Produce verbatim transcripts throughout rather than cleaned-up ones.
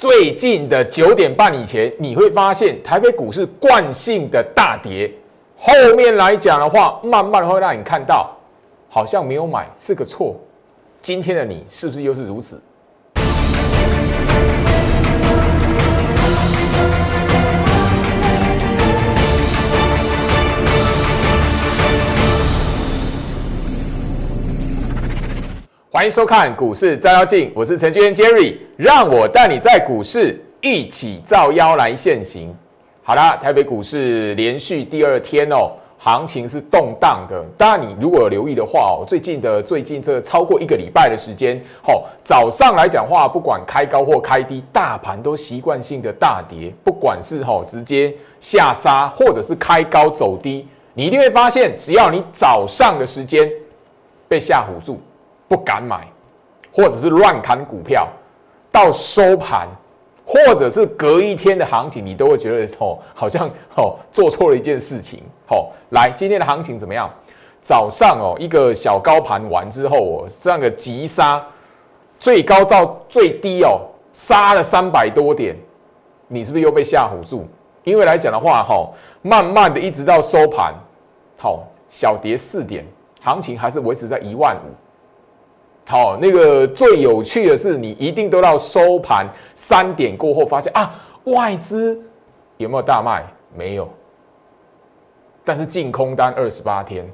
最近的九点半以前，你会发现台北股市惯性的大跌。后面来讲的话，慢慢会让你看到，好像没有买是个错。今天的你是不是又是如此？欢迎收看股市照妖镜，我是程序员 Jerry， 让我带你在股市一起照妖来现行。好啦，台北股市连续第二天哦，行情是动荡的。当然，你如果有留意的话哦，最近的最近这超过一个礼拜的时间，哦，早上来讲话，不管开高或开低，大盘都习惯性的大跌，不管是哦直接下杀，或者是开高走低，你一定会发现，只要你早上的时间被吓唬住。不敢买，或者是乱砍股票，到收盘，或者是隔一天的行情，你都会觉得哦，好像哦做错了一件事情。哦，来，今天的行情怎么样？早上哦一个小高盘完之后哦，这样个急杀，最高到最低哦，杀了三百多点，你是不是又被吓唬住？因为来讲的话，哈、哦，慢慢的一直到收盘，好、哦、小跌四点，行情还是维持在一万五。好、哦，那个最有趣的是，你一定都到收盘三点过后，发现啊，外资有没有大卖？没有，但是净空单二十八天。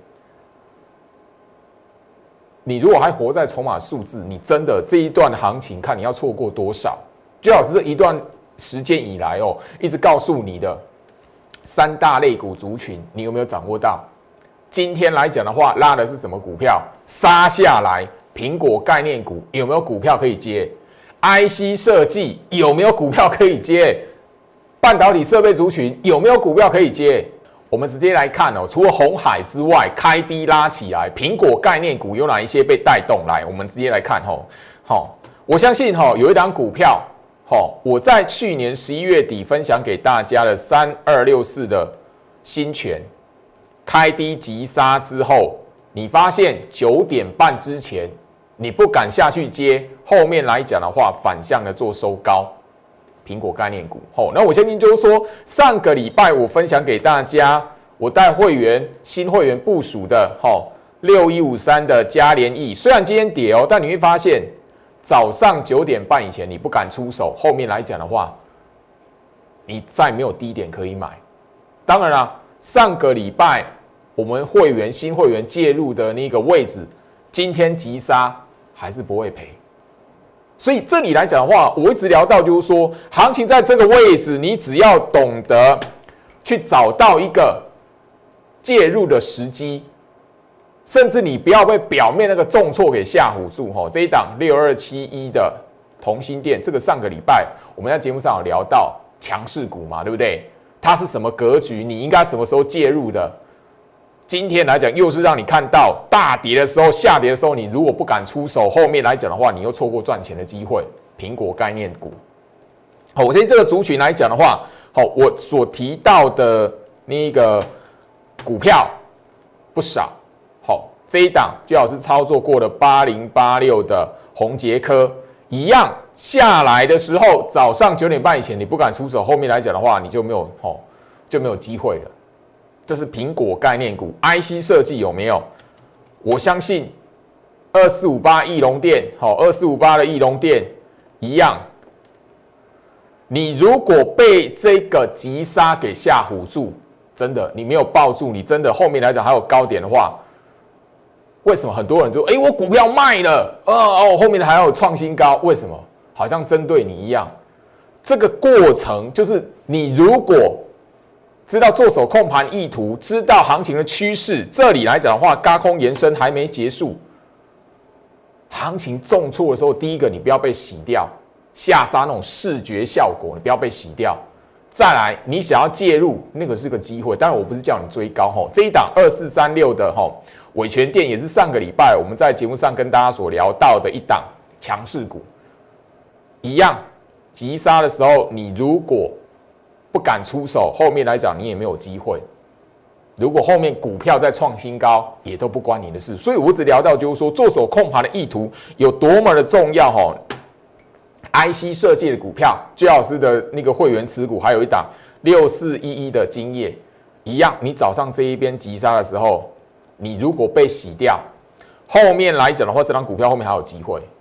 你如果还活在筹码数字，你真的这一段行情，看你要错过多少？最好是这一段时间以来哦，一直告诉你的三大类股族群，你有没有掌握到？今天来讲的话，拉的是什么股票？杀下来。苹果概念股有没有股票可以接 ？I C 设计有没有股票可以接？半导体设备族群有没有股票可以接？我们直接来看哦，除了鸿海之外，开低拉起来，苹果概念股有哪一些被带动？来，我们直接来看哦。好，我相信哈，有一档股票，好，我在去年十一月底分享给大家的三二六四的新权，开低急杀之后，你发现九点半之前。你不敢下去接，后面来讲的话，反向的做收高，苹果概念股。好，那我相信就是说，上个礼拜我分享给大家，我带会员新会员部署的，好六一五三的嘉联益，虽然今天跌哦，但你会发现早上九点半以前你不敢出手，后面来讲的话，你再没有低点可以买。当然啦，上个礼拜我们会员新会员介入的那个位置，今天急杀。还是不会赔，所以这里来讲的话，我一直聊到就是说，行情在这个位置，你只要懂得去找到一个介入的时机，甚至你不要被表面那个重挫给吓唬住哈。这一档六二七一的同心店，这个上个礼拜我们在节目上有聊到强势股嘛，对不对？它是什么格局？你应该什么时候介入的？今天来讲，又是让你看到大跌的时候、下跌的时候，你如果不敢出手，后面来讲的话，你又错过赚钱的机会。苹果概念股，好，我相信这个族群来讲的话，好，我所提到的那个股票不少，好，这一档最好是操作过的八零八六的宏捷科一样，下来的时候，早上九点半以前你不敢出手，后面来讲的话，你就没有好就没有机会了。这是苹果概念股 ，I C 设计有没有？我相信二四五八翼龙电，好，二四五八的翼龙电一样。你如果被这个急杀给吓唬住，真的你没有抱住，你真的后面来讲还有高点的话，为什么很多人就哎、欸、我股票卖了，哦哦，后面还要有创新高？为什么？好像针对你一样。这个过程就是你如果知道做手控盘意图，知道行情的趋势，这里来讲的话，軋空延伸还没结束，行情重挫的时候，第一个你不要被洗掉，下杀那种视觉效果，你不要被洗掉。再来，你想要介入，那个是个机会。当然，我不是叫你追高哈。这一档二四三六的哈伟全电也是上个礼拜我们在节目上跟大家所聊到的一档强势股，一样急杀的时候，你如果不敢出手，后面来讲你也没有机会。如果后面股票再创新高，也都不关你的事。所以我只聊到就是说，做手控盘的意图有多么的重要哈。 I C 设计的股票，最老师的那个会员持股，还有一档六四一一的金业，一样，你早上这一边急杀的时候，你如果被洗掉，后面来讲的话，这档股票后面还有机会。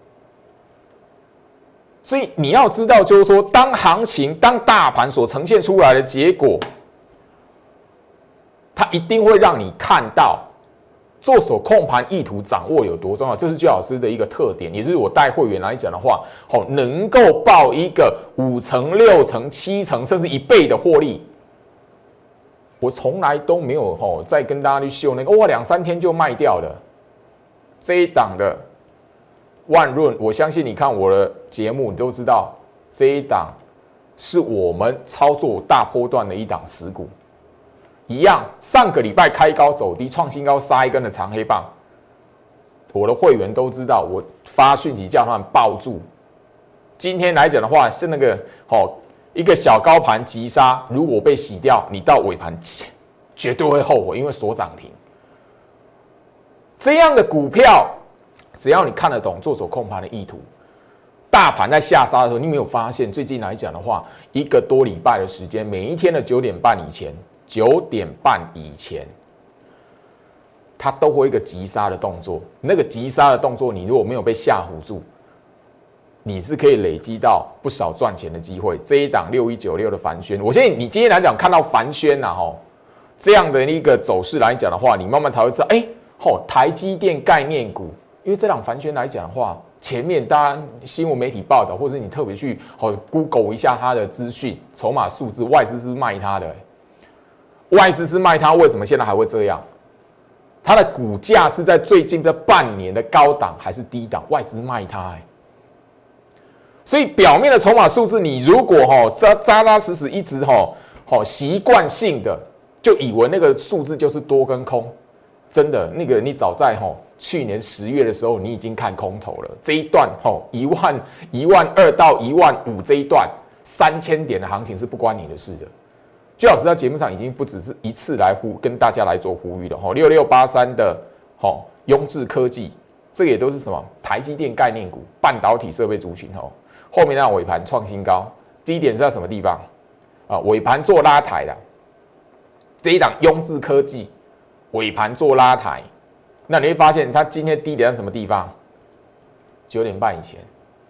所以你要知道，就是说，当行情、当大盘所呈现出来的结果，它一定会让你看到做手控盘意图掌握有多重要。这是居老师的一个特点，也就是我带会员来讲的话，哦，能够报一个五成、六成、七成，甚至一倍的获利。我从来都没有哦，再跟大家去秀那个，哇，两三天就卖掉了这一档的万润。我相信你看我的节目，你都知道这一档是我们操作大波段的一档持股。一样，上个礼拜开高走低，创新高杀一根的长黑棒，我的会员都知道，我发讯息叫他们抱住。今天来讲的话，是那个哦，一个小高盘急杀，如果被洗掉，你到尾盘绝对会后悔，因为锁涨停。这样的股票，只要你看得懂做手控盘的意图，大盘在下杀的时候，你没有发现最近来讲的话，一个多礼拜的时间，每一天的九点半以前。九点半以前，它都会一个急杀的动作。那个急杀的动作，你如果没有被吓唬住，你是可以累积到不少赚钱的机会。这一档六一九六的凡轩，我相信你今天来讲看到凡轩呐，吼这样的一个走势来讲的话，你慢慢才会知道，哎、欸，吼台积电概念股，因为这档凡轩来讲的话，前面当然新闻媒体报道，或者你特别去哦 Google 一下它的资讯、筹码数字，外资是卖它的、欸。外资是卖它，为什么现在还会这样？它的股价是在最近这半年的高档还是低档？外资卖它、欸，所以表面的筹码数字，你如果哈扎扎扎实实一直哈好习惯性的就以为那个数字就是多跟空，真的那个你早在哈去年十月的时候，你已经看空头了。这一段哈一万一万二到一万五这一段三千点的行情是不关你的事的。居老师在节目上已经不只是一次来呼跟大家来做呼吁了哈，六六八三的哈雍智科技，这个也都是什么台积电概念股、半导体设备族群哦。后面让尾盘创新高，低点是在什么地方啊？尾盘做拉抬的这一档雍智科技，尾盘做拉抬，那你会发现它今天低点在什么地方？九点半以前。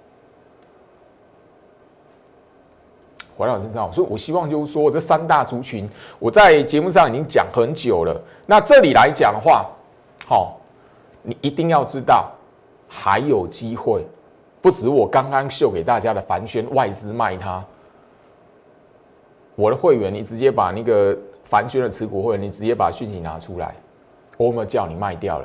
回到我身上，所以我希望就是说，这三大族群，我在节目上已经讲很久了。那这里来讲的话，好，你一定要知道还有机会，不止我刚刚秀给大家的凡轩外资卖它，我的会员，你直接把那个凡轩的持股会员，你直接把讯息拿出来，我有没有叫你卖掉了？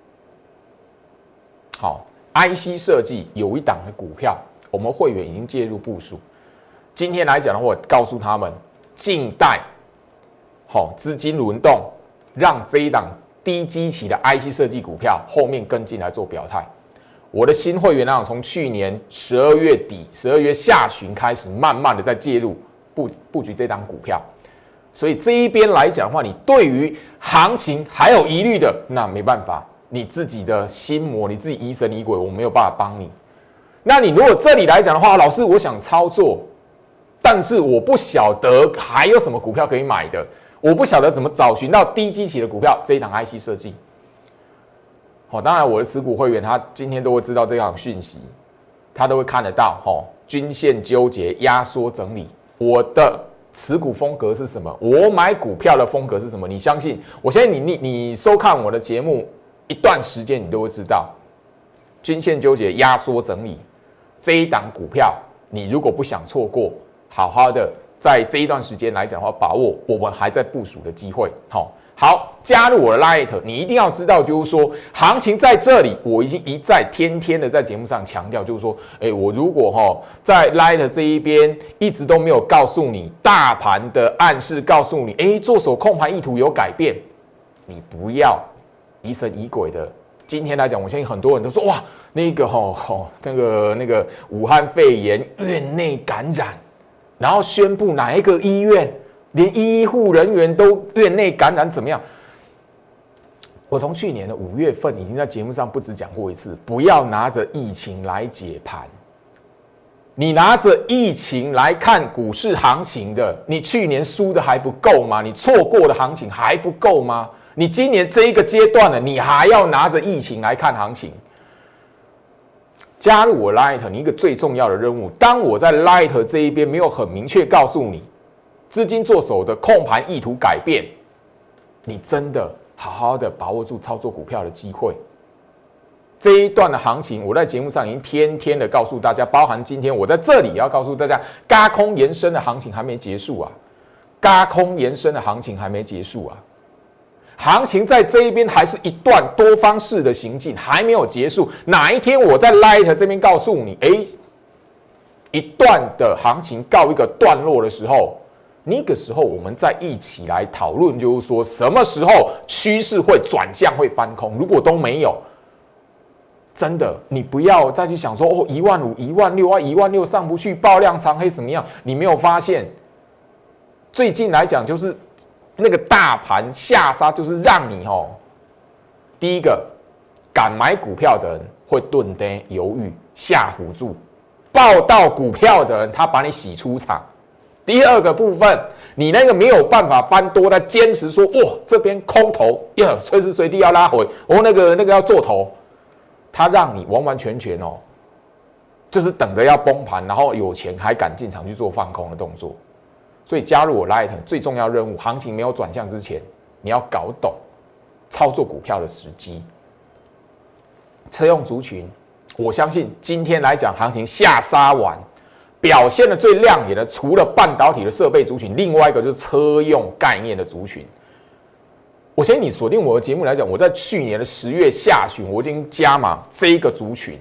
好 ，I C 设计有一档的股票，我们会员已经介入部署。今天来讲的话，我告诉他们，静待好资金轮动，让这一档低基期的 I C 设计股票后面跟进来做表态。我的新会员呢，从去年十二月底、十二月下旬开始，慢慢的在介入布布局这档股票。所以这一边来讲的话，你对于行情还有疑虑的，那没办法，你自己的心魔，你自己疑神疑鬼，我没有办法帮你。那你如果这里来讲的话，老师，我想操作。但是我不晓得还有什么股票可以买的，我不晓得怎么找寻到低基期的股票。这一档 I C 设计，好，当然我的持股会员他今天都会知道这档讯息，他都会看得到，吼，均线纠结、压缩整理。我的持股风格是什么？我买股票的风格是什么？你相信？我相信你，你你收看我的节目一段时间，你都会知道，均线纠结、压缩整理这一档股票，你如果不想错过。好好的在这一段时间来讲的话，把握我们还在部署的机会。好，好，加入我的 Light， 你一定要知道，就是说行情在这里，我已经一再天天的在节目上强调，就是说，哎，我如果哈在 Light 这一边一直都没有告诉你大盘的暗示，告诉你，哎，做手控盘意图有改变，你不要疑神疑鬼的。今天来讲，我相信很多人都说，哇，那个吼吼，那个那个武汉肺炎院内感染。然后宣布哪一个医院连医护人员都院内感染怎么样？我从去年的五月份已经在节目上不止讲过一次，不要拿着疫情来解盘。 你拿着疫情来看股市行情的，你去年输的还不够吗？你错过的行情还不够吗？你今年这一个阶段呢，你还要拿着疫情来看行情？加入我 Light， 你一个最重要的任务，当我在 Light 这一边没有很明确告诉你资金做手的控盘意图改变，你真的好好的把握住操作股票的机会。这一段的行情，我在节目上已经天天的告诉大家，包含今天我在这里也要告诉大家，軋空延伸的行情还没结束啊，軋空延伸的行情还没结束啊，行情在这一边还是一段多方式的行进，还没有结束。哪一天我在 Light 这边告诉你，哎，一段的行情告一个段落的时候，那个时候我们再一起来讨论，就是说什么时候趋势会转向会翻空，如果都没有。真的，你不要再去想说哦，一万五、一万六啊，一万六上不去，爆量长黑怎么样？你没有发现，最近来讲就是那个大盘下杀，就是让你哦，第一个敢买股票的人会顿呆犹豫吓唬住，报到股票的人他把你洗出场。第二个部分，你那个没有办法翻多，他坚持说哇这边空头呀，随时随地要拉回，哦那个那个要做头。他让你完完全全哦，就是等着要崩盘，然后有钱还敢进场去做放空的动作。所以加入我 Light 最重要任务，行情没有转向之前，你要搞懂操作股票的时机。车用族群，我相信今天来讲，行情下杀完，表现的最亮眼的，除了半导体的设备族群，另外一个就是车用概念的族群。我相信你锁定我的节目来讲，我在去年的十月下旬，我已经加码这一个族群，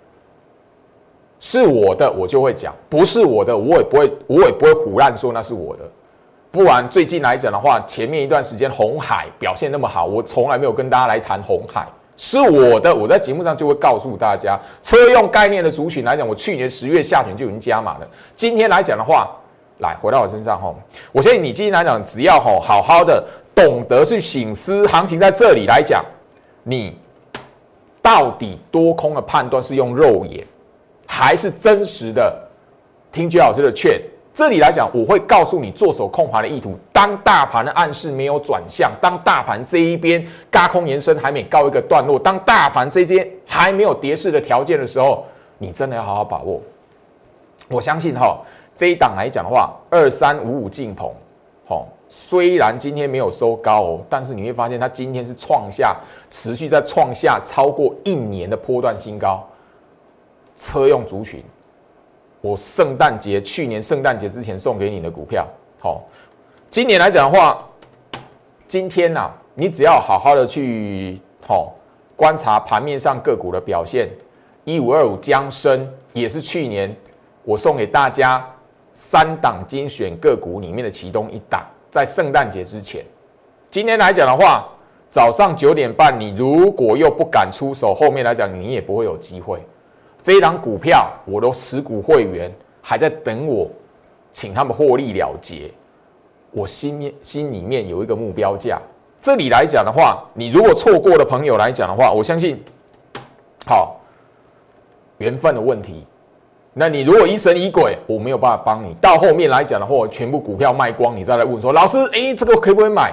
是我的我就会讲，不是我的我也不会，我也不会唬烂说那是我的。不然最近来讲的话，前面一段时间鸿海表现那么好，我从来没有跟大家来谈鸿海，是我的，我在节目上就会告诉大家，车用概念的族群来讲，我去年十月下旬就已经加码了。今天来讲的话，来回到我身上哈，我相信你今天来讲，只要哈好好的。懂得去省思，行情在这里来讲，你到底多空的判断是用肉眼，还是真实的听居老师的劝？这里来讲，我会告诉你做手控盘的意图。当大盘的暗示没有转向，当大盘这一边軋空延伸还没告一个段落，当大盘这边还没有跌势的条件的时候，你真的要好好把握。我相信哈，这一档来讲的话，二三五五进棚，好。虽然今天没有收高哦，但是你会发现它今天是创下持续在创下超过一年的波段新高。车用族群，我圣诞节去年圣诞节之前送给你的股票，好，今年来讲的话，今天呐、啊，你只要好好的去好观察盘面上个股的表现，一五二五江生也是去年我送给大家三档精选个股里面的其中一档。在圣诞节之前，今天来讲的话，早上九点半，你如果又不敢出手，后面来讲你也不会有机会。这一档股票，我的持股会员还在等我，请他们获利了结。我心心里面有一个目标价。这里来讲的话，你如果错过的朋友来讲的话，我相信，好，缘分的问题。那你如果疑神疑鬼，我没有办法帮你。到后面来讲的话，全部股票卖光，你再来问说，老师，哎，这个可不可以买？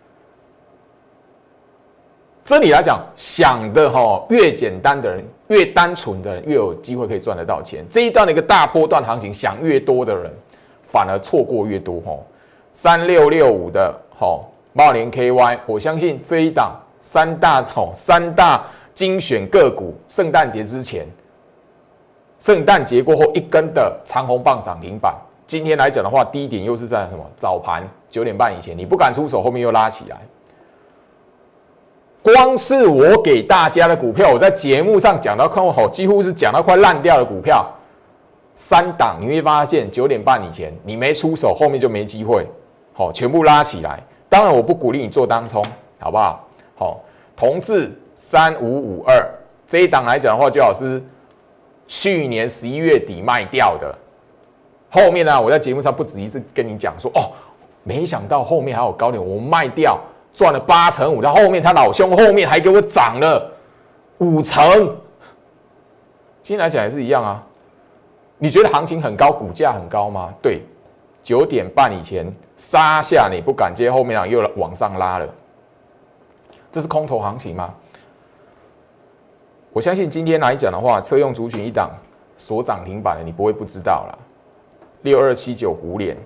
这里来讲，想的哈越简单的人，越单纯的人，越有机会可以赚得到钱。这一段的一个大波段行情，想越多的人，反而错过越多哈。三六六五的哈茂联 K Y， 我相信这一档三大哈三大精选个股，圣诞节之前。圣诞节过后一根的长红棒涨停板，今天来讲的话，低点又是在什么早盘九点半以前，你不敢出手，后面又拉起来。光是我给大家的股票，我在节目上讲到快好，几乎是讲到快烂掉的股票，三档你会发现九点半以前你没出手，后面就没机会，好，全部拉起来。当然我不鼓励你做当冲，好不好？好，同志三五五二这一档来讲的话，最好是。去年十一月底卖掉的，后面呢、啊，我在节目上不止一次跟你讲说，哦，没想到后面还有高点，我卖掉赚了八成五，到后面他老兄后面还给我涨了五成，今天来讲也是一样啊， 你觉得行情很高，股价很高吗？对，九点半以前杀下你不敢接，后面啊又往上拉了，这是空头行情吗？我相信今天来讲的话，车用族群一档所涨停板的，你不会不知道啦。六二七九胡联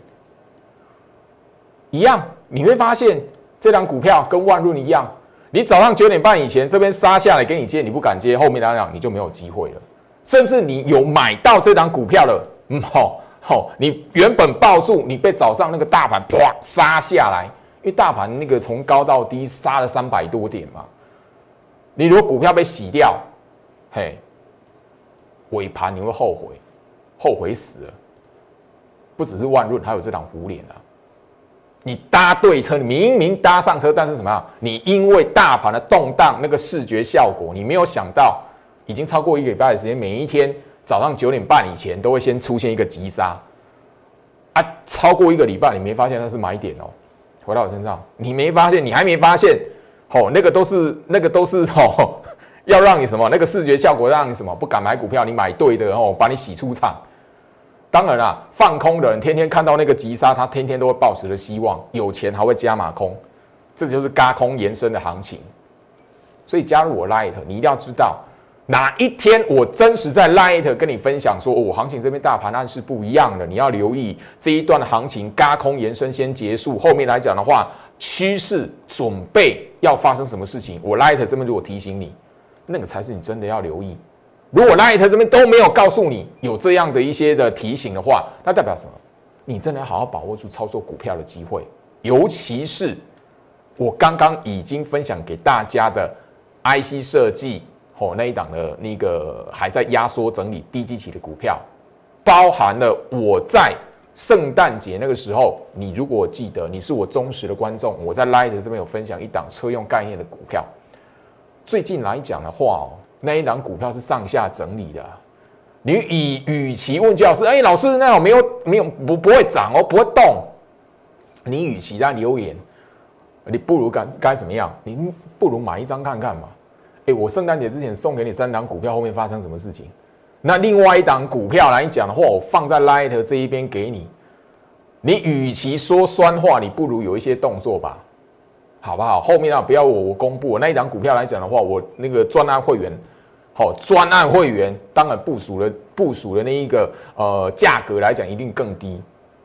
一样，你会发现这档股票跟万润一样，你早上九点半以前这边杀下来给你接，你不敢接，后面来讲你就没有机会了。甚至你有买到这档股票了，嗯，好，好，你原本抱住，你被早上那个大盘啪杀下来，因为大盘那个从高到低杀了三百多点嘛，你如果股票被洗掉，嘿，尾盘你会后悔，后悔死了。不只是万润，还有这档胡联啊。你搭对车，你明明搭上车，但是什么样？你因为大盘的动荡，那个视觉效果，你没有想到，已经超过一个礼拜的时间，每一天早上九点半以前都会先出现一个急杀啊，超过一个礼拜，你没发现它是买点哦。回到我身上，你没发现，你还没发现，哦，那个都是那个都是哦，要让你什么？那个视觉效果让你什么？不敢买股票，你买对的哦，把你洗出场。当然啦，放空的人天天看到那个急杀，他天天都会抱持着希望，有钱还会加码空，这就是軋空延伸的行情。所以加入我 Lite， 你一定要知道哪一天我真实在 Lite 跟你分享说，我、哦、行情这边大盘暗示不一样的，你要留意这一段的行情軋空延伸先结束，后面来讲的话，趋势准备要发生什么事情，我 Lite 这边如果提醒你，那个才是你真的要留意。如果 Lite 这边都没有告诉你有这样的一些的提醒的话，那代表什么？你真的要好好把握住操作股票的机会，尤其是我刚刚已经分享给大家的 I C 设计哦那一档的那个还在压缩整理低基期的股票，包含了我在圣诞节那个时候，你如果记得你是我忠实的观众，我在 Lite 这边有分享一档车用概念的股票。最近来讲的话哦。那一档股票是上下整理的，你与与其问教师，哎、欸，老师那种没有没有不不会涨哦，不会动，你与其在留言，你不如该该怎么样？你不如买一张看看嘛。哎、欸，我圣诞节之前送给你三档股票，后面发生什么事情？那另外一档股票来讲的话，我放在 Lite 这一边给你，你与其说酸话，你不如有一些动作吧。好不好？后面啊，不要我我公布那一档股票来讲的话，我那个专案会员，好、哦，专案会员当然部署了部署的那一个呃价格来讲一定更低，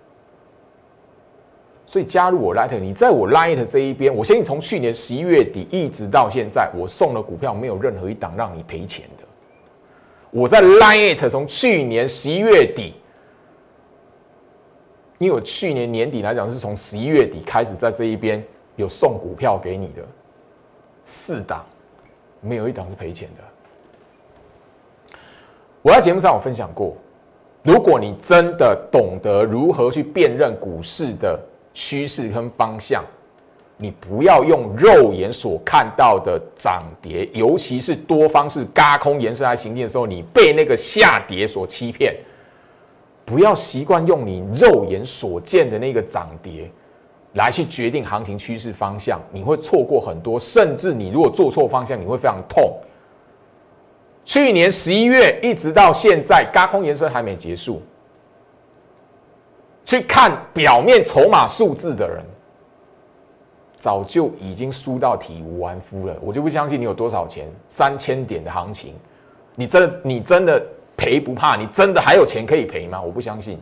所以加入我 Lite， 你在我 Lite 这一边，我相信从去年十一月底一直到现在，我送的股票没有任何一档让你赔钱的。我在 Lite 从去年十一月底，因为我去年年底来讲是从十一月底开始在这一边。有送股票给你的四档，没有一档是赔钱的。我在节目上有分享过，如果你真的懂得如何去辨认股市的趋势跟方向，你不要用肉眼所看到的涨跌，尤其是多方是軋空延伸来行进的时候，你被那个下跌所欺骗。不要习惯用你肉眼所见的那个涨跌。来去决定行情趋势方向，你会错过很多，甚至你如果做错方向，你会非常痛。去年十一月一直到现在，軋空延伸还没结束，去看表面筹码数字的人，早就已经输到体无完肤了。我就不相信你有多少钱，三千点的行情，你真的你真的赔不怕？你真的还有钱可以赔吗？我不相信。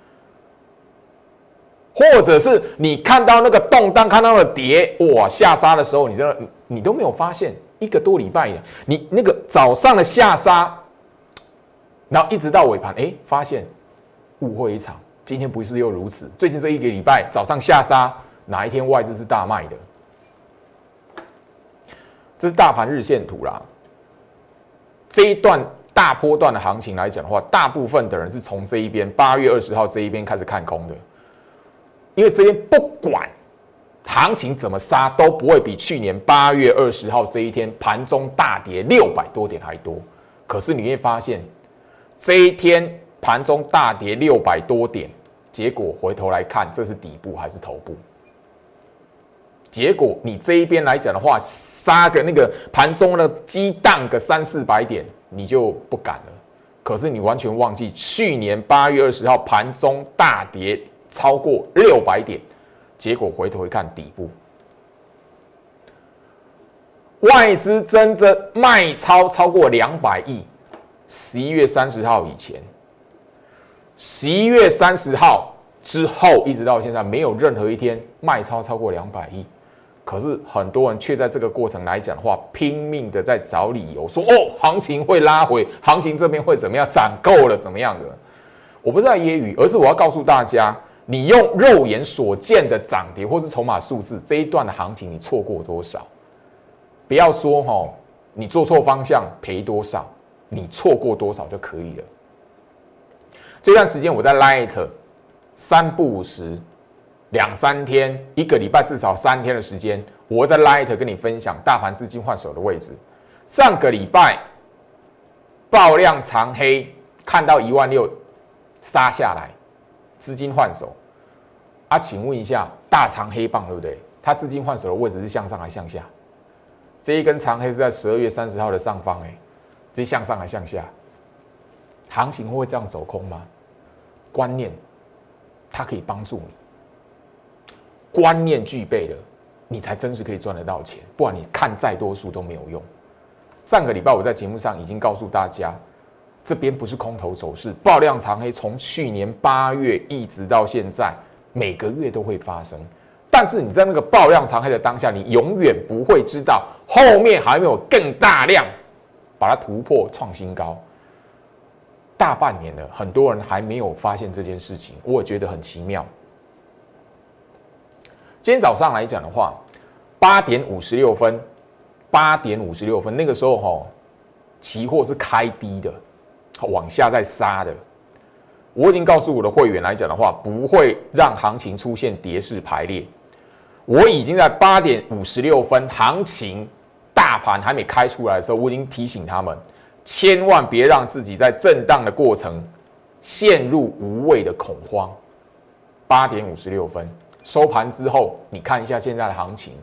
或者是你看到那个动荡，看到了跌，哇，下杀的时候，你真的你都没有发现，一个多礼拜了，你那个早上的下杀，然后一直到尾盘，哎，发现误会一场。今天不是又如此？最近这一个礼拜早上下杀，哪一天外资是大卖的？这是大盘日线图啦。这一段大波段的行情来讲的话，大部分的人是从这一边八月二十号这一边开始看空的。因为这边不管行情怎么杀，都不会比去年八月二十号这一天盘中大跌六百多点还多。可是你会发现，这一天盘中大跌六百多点，结果回头来看，这是底部还是头部？结果你这一边来讲的话，杀个那个盘中的激荡个三四百点，你就不敢了。 可是你完全忘记去年八月二十号盘中大跌超过六百点，结果回头一看底部，外资真正卖超超过两百亿。十一月三十号以前，十一月三十号之后一直到现在，没有任何一天卖超超过两百亿。可是很多人却在这个过程来讲的话，拼命的在找理由说，哦，行情会拉回，行情这边会怎么样，涨够了怎么样的？我不是在揶揄，而是我要告诉大家，你用肉眼所见的涨跌或是筹码数字，这一段的行情你错过多少？不要说哦，你做错方向赔多少，你错过多少就可以了。这段时间我在 Light 三不五时。两三天，一个礼拜至少三天的时间，我会在 Light 跟你分享大盘资金换手的位置。上个礼拜爆量长黑，看到一万六杀下来，资金换手啊？请问一下，大长黑棒对不对？它资金换手的位置是向上还是向下？这一根长黑是在十二月三十号的上方，哎，这是向上还是向下？行情会这样走空吗？观念，它可以帮助你。观念具备了，你才真是可以赚得到钱，不然你看再多书都没有用。上个礼拜我在节目上已经告诉大家，这边不是空头走势，爆量长黑从去年八月一直到现在，每个月都会发生。但是你在那个爆量长黑的当下，你永远不会知道后面还没有更大量把它突破创新高。大半年了，很多人还没有发现这件事情，我也觉得很奇妙。今天早上来讲的话，八点五十六分，八点五十六分，那个时候哈、哦，期货是开低的，往下再杀的。我已经告诉我的会员来讲的话，不会让行情出现跌势排列。我已经在八点五十六分，行情大盘还没开出来的时候，我已经提醒他们，千万别让自己在震荡的过程陷入无谓的恐慌。八点五十六分。收盘之后，你看一下现在的行情。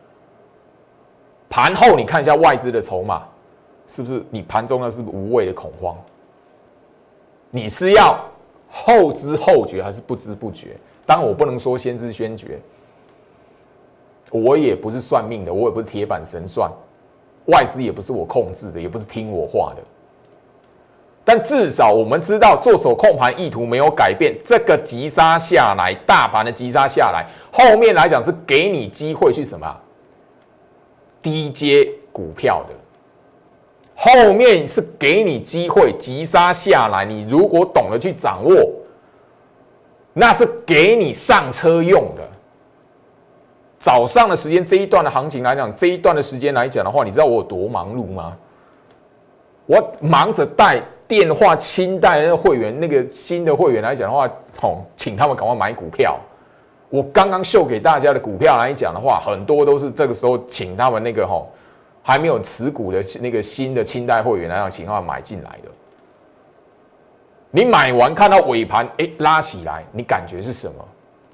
盘后你看一下外资的筹码，是不是你盘中呢是不是无谓的恐慌？你是要后知后觉还是不知不觉？当然我不能说先知先觉，我也不是算命的，我也不是铁板神算，外资也不是我控制的，也不是听我话的。但至少我们知道做手控盘意图没有改变，这个急杀下来，大盘的急杀下来，后面来讲是给你机会去什么？低阶股票的，后面是给你机会急杀下来，你如果懂得去掌握，那是给你上车用的。早上的时间这一段的行情来讲，这一段的时间来讲的话，你知道我有多忙碌吗？我忙着带电话清代的那个会员，那个新的会员来讲的话，哦，请他们赶快买股票。我刚刚秀给大家的股票来讲的话，很多都是这个时候请他们那个吼还没有持股的那个新的清代会员来讲，请他们买进来的。你买完看到尾盘，哎，拉起来，你感觉是什么？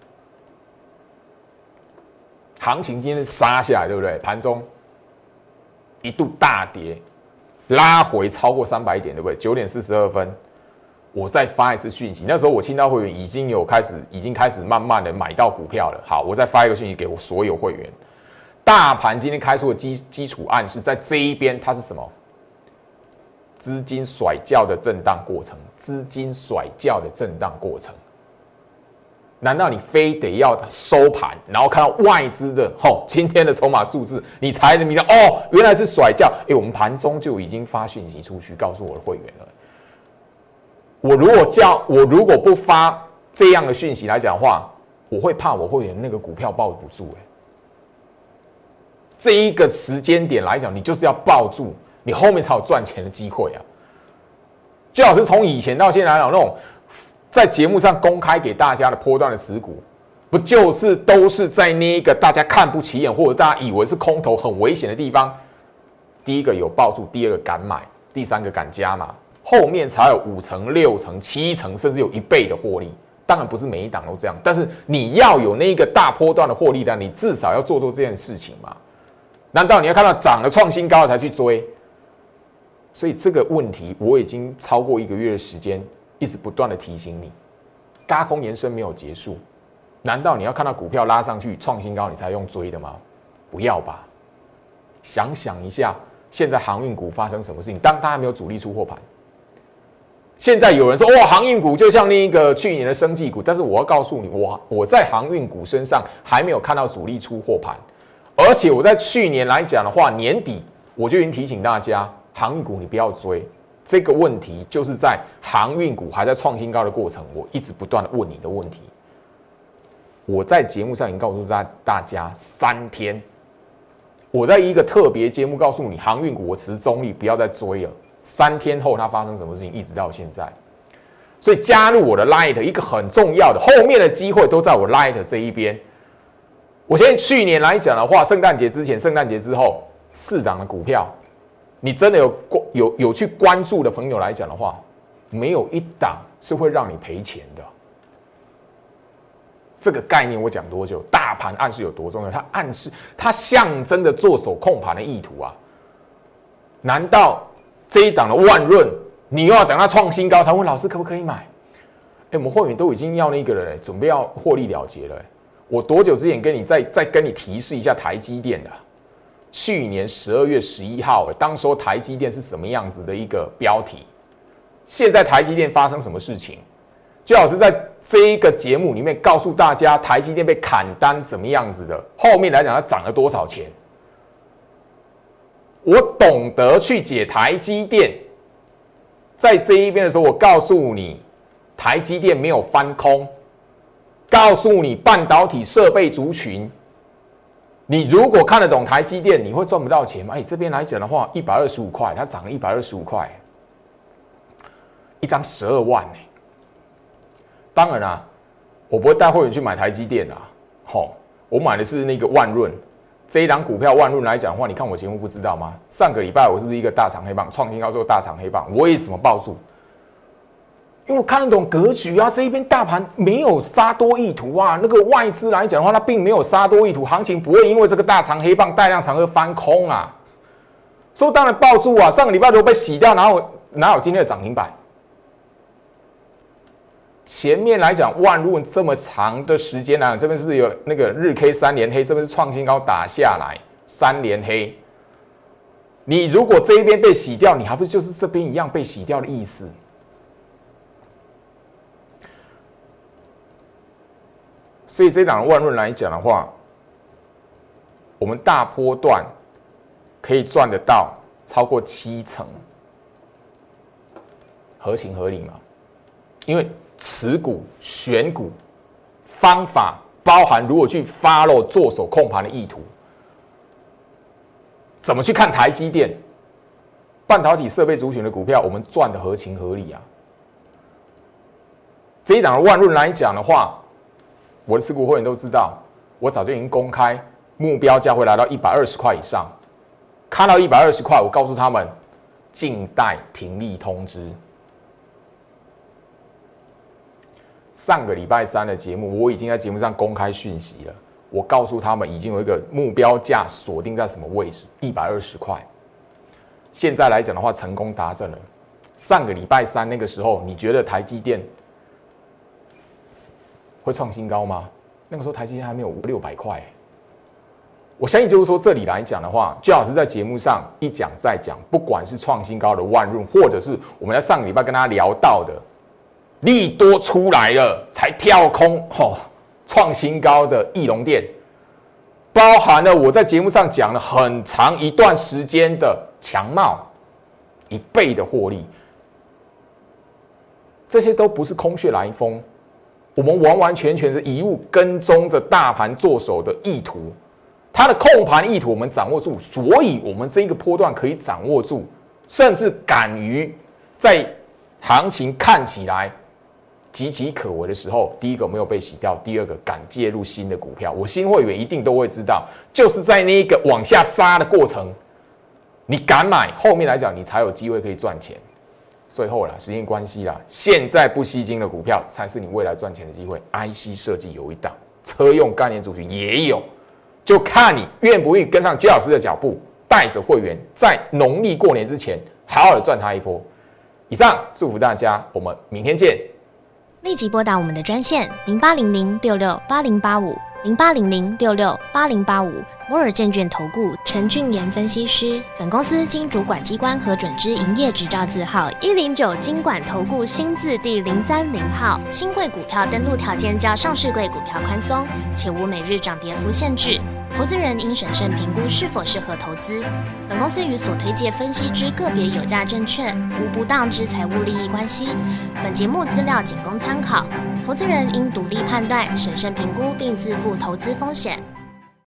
行情今天杀下来，对不对？盘中一度大跌。拉回超过三百点，对不对？九点四十二分，我再发一次讯息。那时候我清代会员已经有开始，已经开始慢慢的买到股票了。好，我再发一个讯息给我所有会员。大盘今天开出的基基础暗示，在这一边它是什么？资金甩轎的震荡过程，资金甩轎的震荡过程。难道你非得要收盘，然后看到外资的吼、哦、今天的筹码数字，你才能明白哦，原来是甩轎。哎，我们盘中就已经发讯息出去，告诉我的会员了。我如果叫我如果不发这样的讯息来讲的话，我会怕我会员那个股票抱不住。哎，这一个时间点来讲，你就是要抱住，你后面才有赚钱的机会啊。最好是从以前到现在来讲那种。在节目上公开给大家的波段的持股，不就是都是在那一个大家看不起眼或者大家以为是空头很危险的地方？第一个有抱住，第二个敢买，第三个敢加码，后面才有五成、六成、七成，甚至有一倍的获利。当然不是每一档都这样，但是你要有那一个大波段的获利单，你至少要做做这件事情嘛？难道你要看到涨了创新高才去追？ 所以这个问题我已经超过一个月的时间，一直不断的提醒你，軋空延伸没有结束。难道你要看到股票拉上去创新高，你才用追的吗？不要吧。想想一下，现在航运股发生什么事情？当它还没有主力出货盘，现在有人说哇，航运股就像那个去年的生技股，但是我要告诉你，我我在航运股身上还没有看到主力出货盘，而且我在去年来讲的话，年底我就已经提醒大家，航运股你不要追。这个问题就是在航运股还在创新高的过程，我一直不断的问你的问题。我在节目上已经告诉大家三天，我在一个特别节目告诉你，航运股我持中立，不要再追了。三天后它发生什么事情，一直到现在。所以加入我的 Light 一个很重要的，后面的机会都在我 Light 这一边。我现在去年来讲的话，圣诞节之前、圣诞节之后，四档的股票，你真的有有有去关注的朋友来讲的话，没有一档是会让你赔钱的。这个概念我讲多久？大盘暗示有多重要？它暗示，它象征着做手控盘的意图啊！难道这一档的万润，你又要等它创新高才问老师可不可以买？哎、欸，我们会员都已经要那个了，准备要获利了结了。我多久之前跟你再再跟你提示一下台积电的？去年十二月十一号，当时候台积电是什么样子的一个标题？现在台积电发生什么事情？最好是在这一个节目里面告诉大家，台积电被砍单怎么样子的，后面来讲它涨了多少钱。我懂得去解台积电，在这一边的时候，我告诉你，台积电没有翻空，告诉你半导体设备族群，你如果看得懂台积电，你会赚不到钱吗？哎，这边来讲的话，一百二十五块，它涨了一百二十五块，一张十二万呢、欸。当然啦、啊，我不会带会员去买台积电啦。好，我买的是那个万润这一档股票。万润来讲的话，你看我节目不知道吗？上个礼拜我是不是一个大长黑棒创新高之后大长黑棒？我为什么抱住？因为我看得懂格局啊。这一边大盘没有杀多意图啊，那个外资来讲的话，它并没有杀多意图，行情不会因为这个大长黑棒带量长而翻空啊。所以当然抱住啊。上个礼拜如果被洗掉，哪有哪有今天的涨停板？前面来讲，万润这么长的时间来讲，这边是不是有那个日 K 三连黑？这边是创新高打下来，三连黑。你如果这一边被洗掉，你还不是就是这边一样被洗掉的意思？所以这档万润来讲的话，我们大波段可以赚得到超过七成，合情合理嘛？因为持股、选股方法包含如何去 follow 做手控盘的意图，怎么去看台积电、半导体设备族群的股票，我们赚的合情合理啊。这一档的万润来讲的话，我的持股会员都知道，我早就已经公开目标价会来到一百二十块以上，看到一百二十块，我告诉他们静待停利通知。上个礼拜三的节目，我已经在节目上公开讯息了。我告诉他们，已经有一个目标价锁定在什么位置，一百二十块。现在来讲的话，成功达阵了。上个礼拜三那个时候，你觉得台积电会创新高吗？那个时候台积电还没有五六百块。我相信就是说，这里来讲的话，最好是在节目上一讲再讲，不管是创新高的万润，或者是我们在上个礼拜跟大家聊到的。利多出来了，才跳空吼创新高的义隆电，包含了我在节目上讲了很长一段时间的强茂一倍的获利，这些都不是空穴来风，我们完完全全是一路跟踪着大盘做手的意图，它的控盘意图我们掌握住，所以我们这一个波段可以掌握住，甚至敢于在行情看起来岌岌可危的时候，第一个没有被洗掉，第二个敢介入新的股票。我新会员一定都会知道，就是在那一个往下杀的过程，你敢买，后面来讲你才有机会可以赚钱。最后啦，时间关系啦，现在不吸金的股票才是你未来赚钱的机会。I C 设计有一档，车用概念族群也有，就看你愿不愿意跟上J老师的脚步，带着会员在农历过年之前好好的赚它一波。以上祝福大家，我们明天见。 立即拨打我们的专线零八零零六六八零八五零八零零六六八零八五摩尔证券投顾陈俊言分析师。本公司经主管机关核准之营业执照字号一零九金管投顾新字第零三零号。新贵股票登录条件较上市贵股票宽松，且无每日涨跌幅限制。投资人应审慎评估是否适合投资。本公司与所推介分析之个别有价证券无不当之财务利益关系。本节目资料仅供参考，投资人应独立判断、审慎评估并自负投资风险。